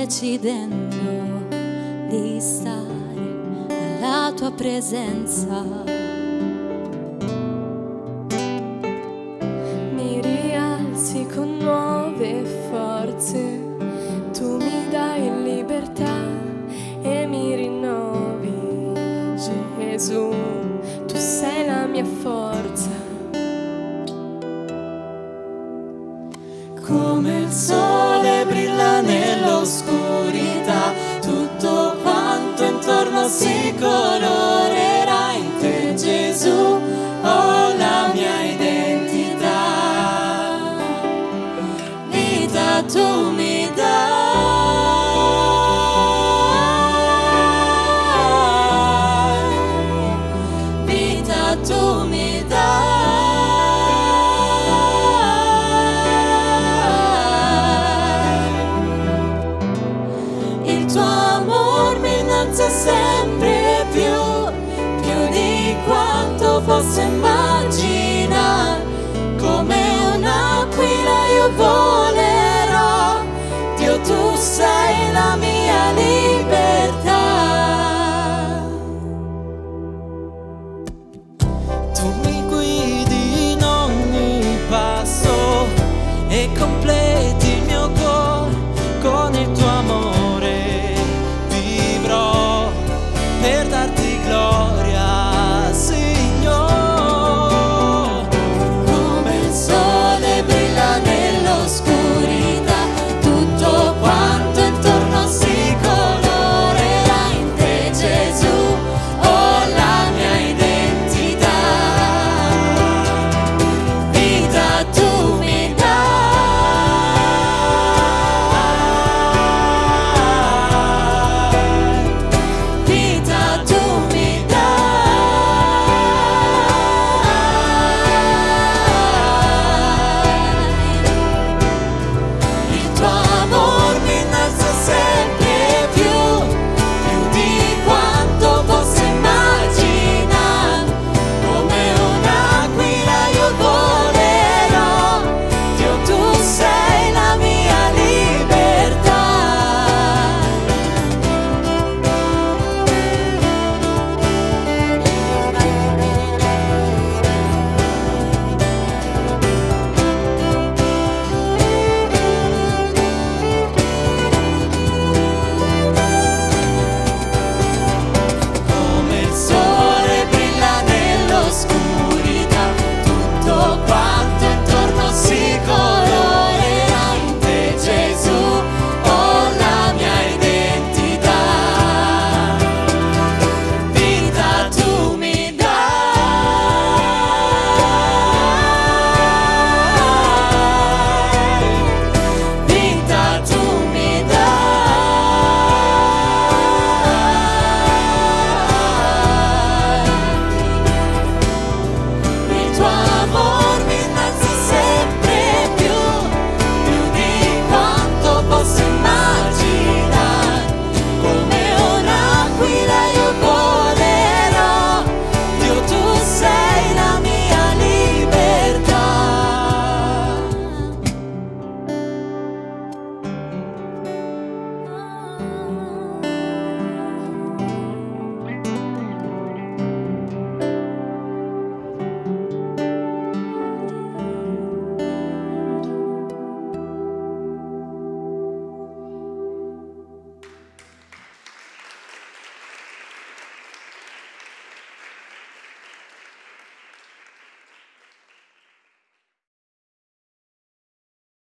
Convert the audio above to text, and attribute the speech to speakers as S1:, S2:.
S1: decidendo di stare nella tua presenza.
S2: Mi rialzi con nuove forze, tu mi dai libertà e mi rinnovi, Gesù, tu sei la mia forza.
S3: Come il sole brilla nell'oscurità, tutto quanto intorno si colorerà. In te, Gesù, ho la mia identità. Vita tu mi dai, vita tu mi dai. Sempre più di quanto posso immaginare.